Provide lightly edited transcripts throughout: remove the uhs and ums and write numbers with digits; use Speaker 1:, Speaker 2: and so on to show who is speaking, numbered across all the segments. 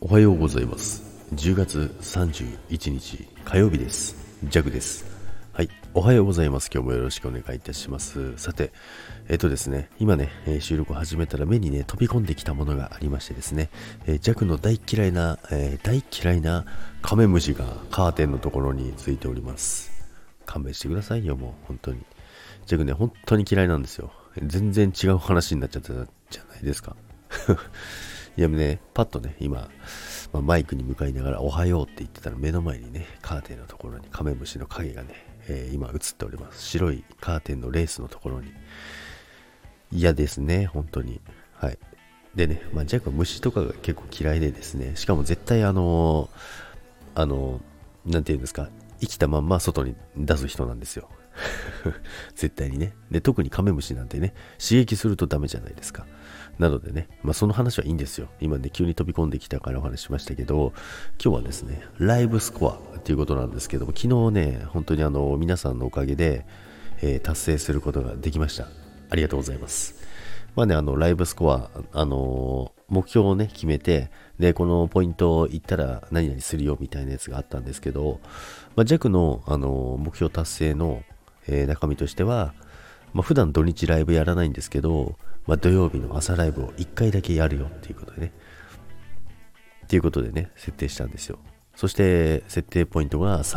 Speaker 1: おはようございます。10月31日火曜日です。ジャグです。はい、おはようございます。今日もよろしくお願いいたします。さて、ですね、今ね、収録を始めたら目にね、飛び込んできたものがありましてですね、ジャグの大嫌いなカメムシがカーテンのところについております。勘弁してくださいよ、もう本当に。ジャグね、本当に嫌いなんですよ。全然違う話になっちゃったじゃないですか。いやね、パッとね、今、マイクに向かいながらおはようって言ってたら目の前にね、カーテンのところにカメムシの影がね、今映っております。白いカーテンのレースのところに。嫌ですね、本当に。はい。でね、ジャックは虫とかが結構嫌いでですね、しかも絶対なんていうんですか、生きたまんま外に出す人なんですよ。絶対にね。で、特にカメムシなんてね、刺激するとダメじゃないですか。なのでね、その話はいいんですよ。今ね、急に飛び込んできたからお話ししましたけど、今日はですね、ライブスコアっていうことなんですけども、昨日ね、本当に皆さんのおかげで、達成することができました。ありがとうございます。ライブスコア、目標をね、決めて、で、このポイントを言ったら何々するよみたいなやつがあったんですけど、弱の、目標達成の、中身としては、普段土日ライブやらないんですけど、土曜日の朝ライブを1回だけやるよっていうことでね、設定したんですよ。そして設定ポイントが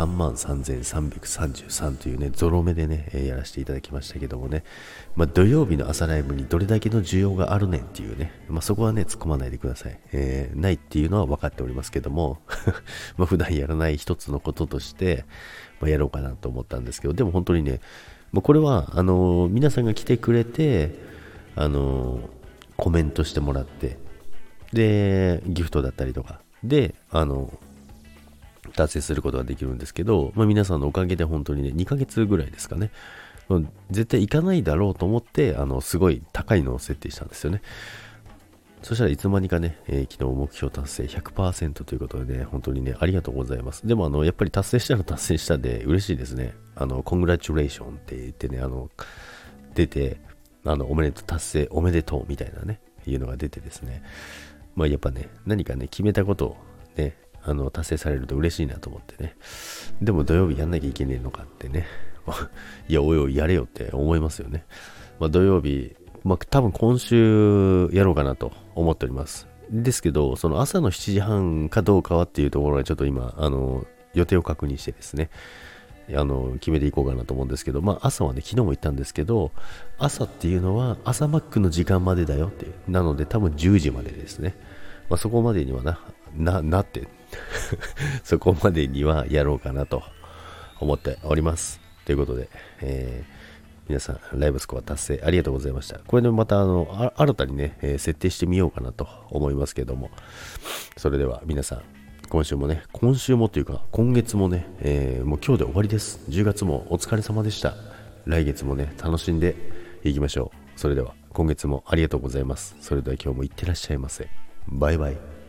Speaker 1: 33,333というね、ゾロ目でね、やらせていただきましたけどもね、土曜日の朝ライブにどれだけの需要があるねんっていうね、そこはね、突っ込まないでください。ないっていうのは分かっておりますけども、普段やらない一つのこととして、やろうかなと思ったんですけど、でも本当にね、これは、皆さんが来てくれて、コメントしてもらって、で、ギフトだったりとか、で、達成することができるんですけど、皆さんのおかげで本当にね、2ヶ月ぐらいですかね、絶対行かないだろうと思って、すごい高いのを設定したんですよね。そしたらいつまにかね、昨日目標達成 100% ということでね、本当にね、ありがとうございます。でもやっぱり達成したら達成したで嬉しいですね。コングラチュレーションって言ってね、出て、おめでとう、達成、おめでとうみたいなね、いうのが出てですね。やっぱね、何かね、決めたことをね、達成されると嬉しいなと思ってね。でも土曜日やんなきゃいけねえのかってね。いや、おいおいやれよって思いますよね。土曜日、多分今週やろうかなと思っております。ですけど、その朝の7時半かどうかはっていうところはちょっと今、予定を確認してですね、決めていこうかなと思うんですけど、朝はね、昨日も言ったんですけど、朝っていうのは朝マックの時間までだよっていう。なので多分10時までですね。そこまでにはなってそこまでにはやろうかなと思っております。ということで、皆さんライブスコア達成ありがとうございました。これでまた新たにね、設定してみようかなと思いますけども、それでは皆さん今週もというか今月もね、もう今日で終わりです。10月もお疲れ様でした。来月もね、楽しんでいきましょう。それでは今月もありがとうございます。それでは今日もいってらっしゃいませ。バイバイ。